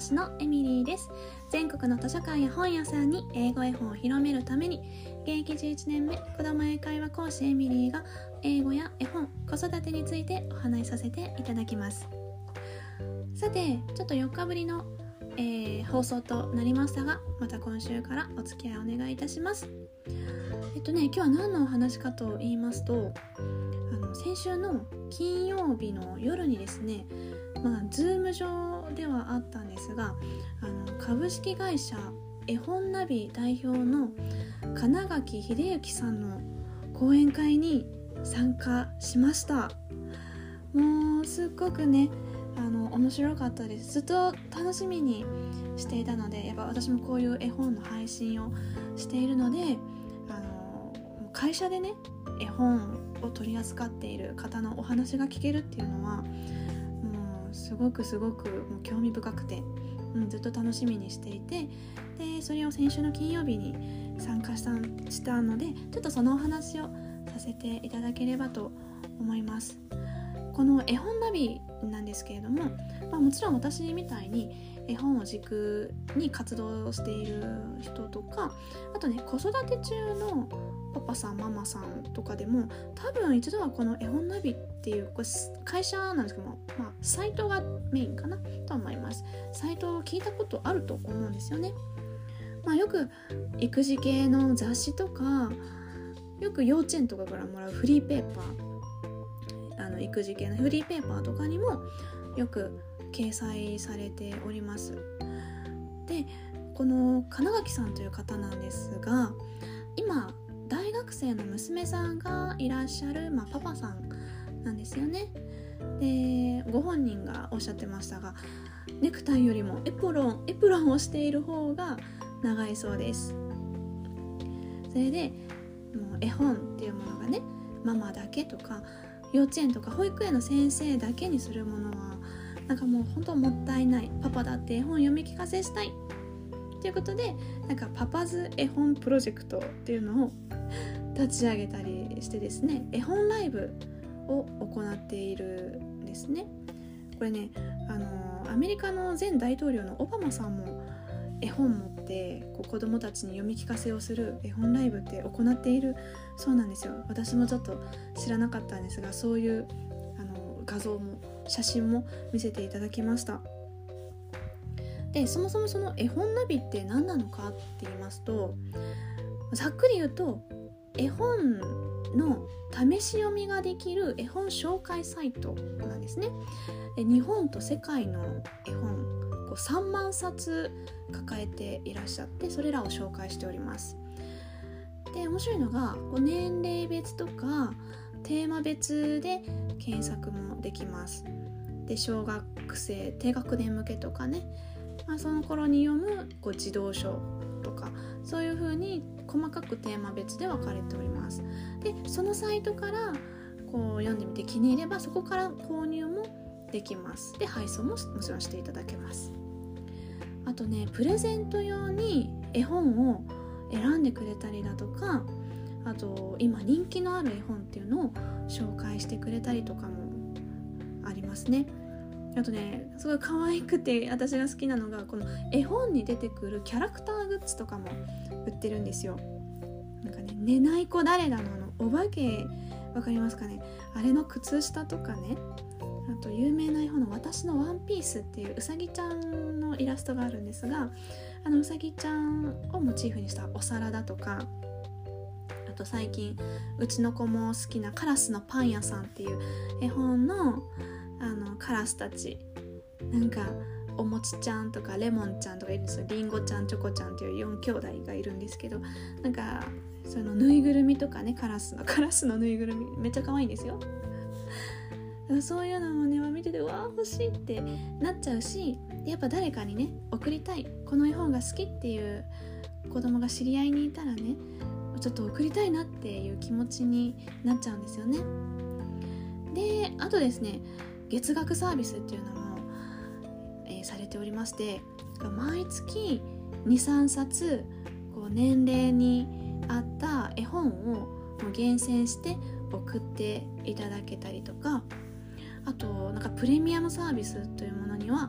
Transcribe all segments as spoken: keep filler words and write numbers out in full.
師のエミリーです。全国の図書館や本屋さんに英語絵本を広めるために、現役じゅういちねんめ子ども英会話講師エミリーが英語や絵本、子育てについてお話しさせていただきます。さて、ちょっとよっかぶりの、えー、放送となりましたが、また今週からお付き合いお願いいたします。えっとね今日は何のお話かと言いますと、あの先週の金曜日の夜にですね、まあ、ズーム上ではあったんですが、あの株式会社絵本ナビ代表の金垣秀幸さんの講演会に参加しました。もうすっごくねあの面白かったです。ずっと楽しみにしていたので、やっぱ私もこういう絵本の配信をしているので、あの会社でね絵本を取り扱っている方のお話が聞けるっていうのはもうすごくすごくもう興味深くて、うん、ずっと楽しみにしていて、でそれを先週の金曜日に参加したしたので、ちょっとそのお話をさせていただければと思います。この絵本ナビなんですけれども、まあ、もちろん私みたいに絵本を軸に活動している人とか、あとね子育て中のパパさんママさんとかでも多分一度はこの絵本ナビっていうこれ会社なんですけども、まあ、サイトがメインかなと思います。サイトを聞いたことあると思うんですよね。まあ、よく育児系の雑誌とか、よく幼稚園とかからもらうフリーペーパー、あの育児系のフリーペーパーとかにもよく掲載されております。で、この金垣さんという方なんですが、今大学生の娘さんがいらっしゃる、まあ、パパさんなんですよね。で、ご本人がおっしゃってましたが、ネクタイよりもエプロンエプロンをしている方が長いそうです。それでもう絵本っていうものがね、ママだけとか幼稚園とか保育園の先生だけにするものはなんかもう本当もったいない。パパだって絵本読み聞かせしたいということで、なんかパパズ絵本プロジェクトっていうのを立ち上げたりしてですね、絵本ライブを行っているんですね。これね、あのアメリカの前大統領のオバマさんも絵本持ってこう子供たちに読み聞かせをする絵本ライブって行っているそうなんですよ。私もちょっと知らなかったんですが、そういうあの画像も写真も見せていただきました。で、そもそもその絵本ナビって何なのかって言いますと、ざっくり言うと絵本の試し読みができる絵本紹介サイトなんですね。で、日本と世界の絵本こうさんまんさつ抱えていらっしゃって、それらを紹介しております。で、面白いのがこう年齢別とかテーマ別で検索もできます。で、小学生低学年向けとかね、まあ、その頃に読むこう児童書とか、そういう風に細かくテーマ別で分かれております。で、そのサイトからこう読んでみて気に入れば、そこから購入もできます。で、配送ももちろんしていただけます。あとね、プレゼント用に絵本を選んでくれたりだとか、あと今人気のある絵本っていうのを紹介してくれたりとかもありますね。あとね、すごい可愛くて私が好きなのが、この絵本に出てくるキャラクターグッズとかも売ってるんですよ。なんかね、寝ない子誰だのあのお化けわかりますかね、あれの靴下とかね、あと有名な絵本の私のワンピースっていううさぎちゃんのイラストがあるんですが、あのうさぎちゃんをモチーフにしたお皿だとか、あと最近うちの子も好きなカラスのパン屋さんっていう絵本のあのカラスたち、なんかおもちちゃんとかレモンちゃんとかいるんですよ。リンゴちゃんチョコちゃんっていうよん兄弟がいるんですけど、なんかそのぬいぐるみとかね、カラスのカラスのぬいぐるみめっちゃ可愛いんですよ。そういうのもね見てて、うわー欲しいってなっちゃうし、やっぱ誰かにね送りたい、この絵本が好きっていう子供が知り合いにいたらね、ちょっと送りたいなっていう気持ちになっちゃうんですよね。で、あとですね、月額サービスっていうのも、えー、されておりまして、毎月 にさんさつこう年齢に合った絵本を厳選して送っていただけたりとか、あとなんかプレミアムサービスというものには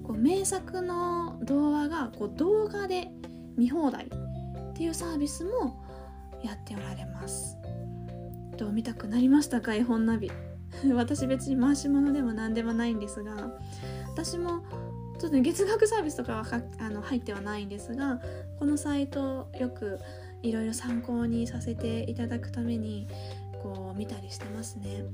こう名作の童話がこう動画で見放題っていうサービスもやっておられます。どう見たくなりましたか、絵本ナビ私別に回し物でも何でもないんですが、私もちょっと、ね、月額サービスとかはあの入ってはないんですが、このサイトよくいろいろ参考にさせていただくためにこう見たりしてますね。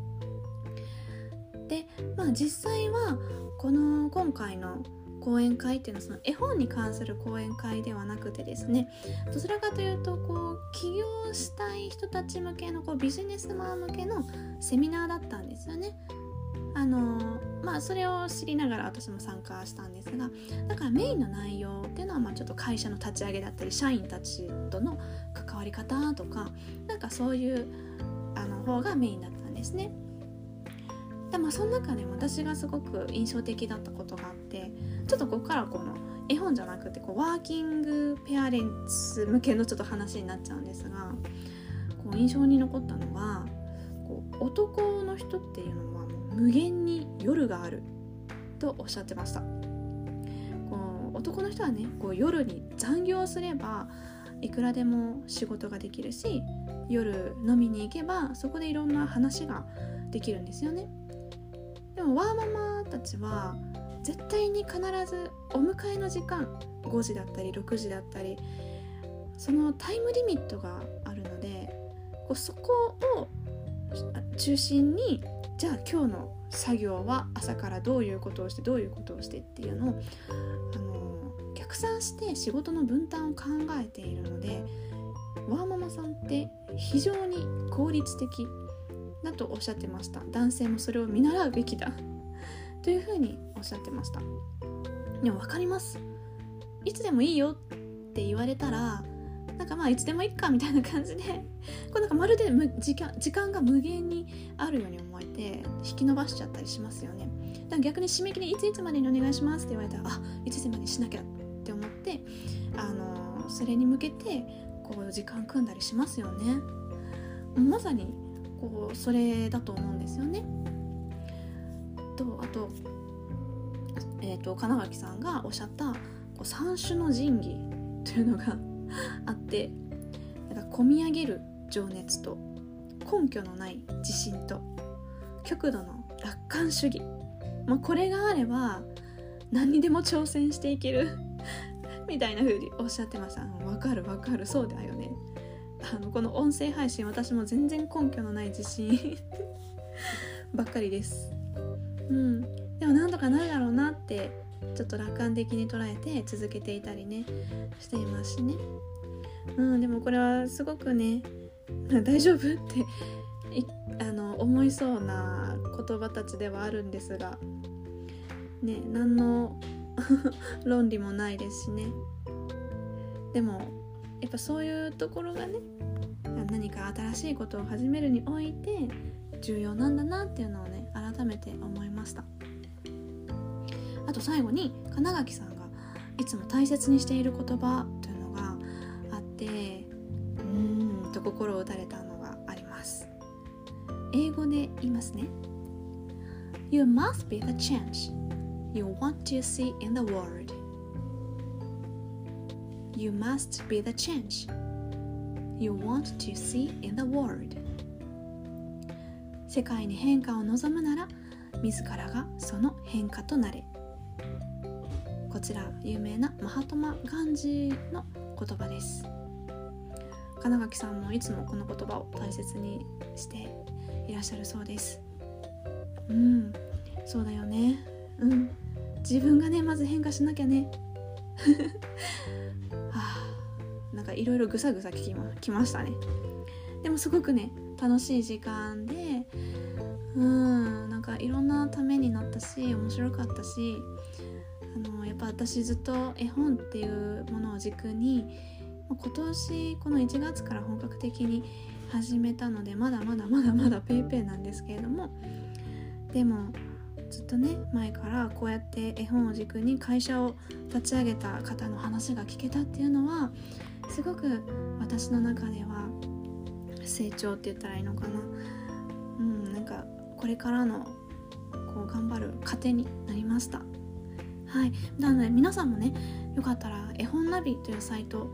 で、まあ実際はこの今回の講演会っていうのはその絵本に関する講演会ではなくてですね、どちらかというとこう起業したい人たち向けのこうビジネスマン向けのセミナーだったんですよね。あのまあそれを知りながら私も参加したんですが、だからメインの内容っていうのはまあちょっと会社の立ち上げだったり社員たちとの関わり方とか、なんかそういうあの方がメインだったんですね。でもその中でも私がすごく印象的だったことがあって、ちょっとここからこの絵本じゃなくてこうワーキングペアレンツ向けのちょっと話になっちゃうんですが、こう印象に残ったのはこう男の人っていうのはもう無限に夜があるとおっしゃってました。こう男の人はねこう夜に残業すればいくらでも仕事ができるし、夜飲みに行けばそこでいろんな話ができるんですよね。でもワーママたちは絶対に必ずお迎えの時間ごじだったりろくじだったり、そのタイムリミットがあるので、こうそこを中心にじゃあ今日の作業は朝からどういうことをしてどういうことをしてっていうのをあの逆算して仕事の分担を考えているので、ワーママさんって非常に効率的だとおっしゃってました。男性もそれを見習うべきだというふうにおっしゃってました。でも分かります。いつでもいいよって言われたらなんかまあいつでもいいかみたいな感じでこうなんかまるで時間、時間が無限にあるように思えて引き延ばしちゃったりしますよね。だから逆に締め切りいついつまでにお願いしますって言われたら、あ、いついつまでにしなきゃって思ってあのそれに向けてこう時間組んだりしますよね。まさにこうそれだと思うんですよね。とあと,、えー、と金垣さんがおっしゃったこう三種の神器というのがあって、なんか込み上げる情熱と根拠のない自信と極度の楽観主義、まあ、これがあれば何にでも挑戦していけるみたいな風におっしゃってました。わかるわかる、そうだよね。あのこの音声配信私も全然根拠のない自信ばっかりです。うん、でもなんとかなるだろうなってちょっと楽観的に捉えて続けていたりねしていますしね。うん、でもこれはすごくね大丈夫ってあの思いそうな言葉たちではあるんですがね、何の論理もないですしね。でもやっぱそういうところがね何か新しいことを始めるにおいて重要なんだなっていうのをね改めて思いました。あと最後に金垣さんがいつも大切にしている言葉というのがあって、うーんと心を打たれたのがあります。英語で言いますね。 You must be the change you want to see in the world. You must be the change you want to see in the world. 世界に変化を望むなら自らがその変化となれ。こちら有名なマハトマ・ガンジーの言葉です。金垣さんもいつもこの言葉を大切にしていらっしゃるそうです。うん、そうだよね。うん、自分がねまず変化しなきゃねはあ、なんかいろいろぐさぐさ聞きま、きましたね。でもすごくね楽しい時間で、うんなんかいろんなためになったし面白かったし、あのやっぱ私ずっと絵本っていうものを軸に今年このいちがつから本格的に始めたのでまだまだまだまだペーペーなんですけれども、でもずっとね前からこうやって絵本を軸に会社を立ち上げた方の話が聞けたっていうのはすごく私の中では成長って言ったらいいのかな、うん、なんかこれからのこう頑張る糧になりました。 はい、なので皆さんもね、よかったら絵本ナビというサイト、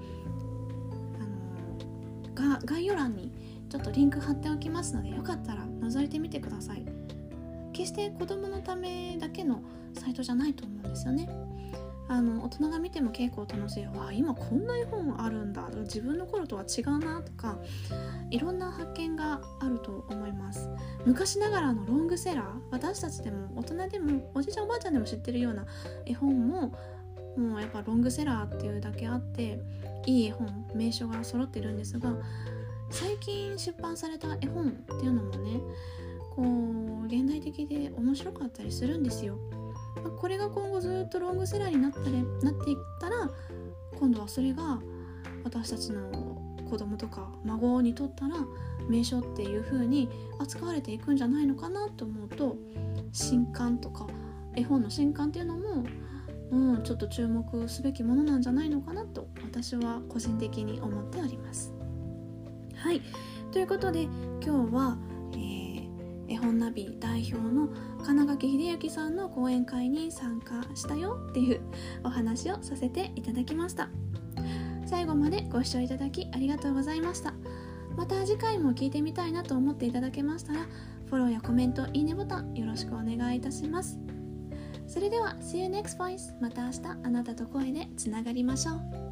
あのが概要欄にちょっとリンク貼っておきますので、よかったら覗いてみてください。決して子供のためだけのサイトじゃないと思うんですよね。あの大人が見ても結構楽しい、わあ今こんな絵本あるんだとか、自分の頃とは違うなとか、いろんな発見があると思います。昔ながらのロングセラー、私たちでも大人でもおじいちゃんおばあちゃんでも知ってるような絵本も、もうやっぱロングセラーっていうだけあっていい絵本、名所が揃ってるんですが、最近出版された絵本っていうのもね、こう現代的で面白かったりするんですよ。これが今後ずっとロングセラーになったりなっていったら、今度はそれが私たちの子供とか孫にとったら名所っていう風に扱われていくんじゃないのかなと思うと、新刊とか絵本の新刊っていうのも、うん、ちょっと注目すべきものなんじゃないのかなと私は個人的に思っております。はい、ということで今日は、えー、絵本ナビ代表の金垣秀幸さんの講演会に参加したよっていうお話をさせていただきました。最後までご視聴いただきありがとうございました。また次回も聞いてみたいなと思っていただけましたら、フォローやコメント、いいねボタンよろしくお願いいたします。それでは See you next voice。 また明日あなたと声でつながりましょう。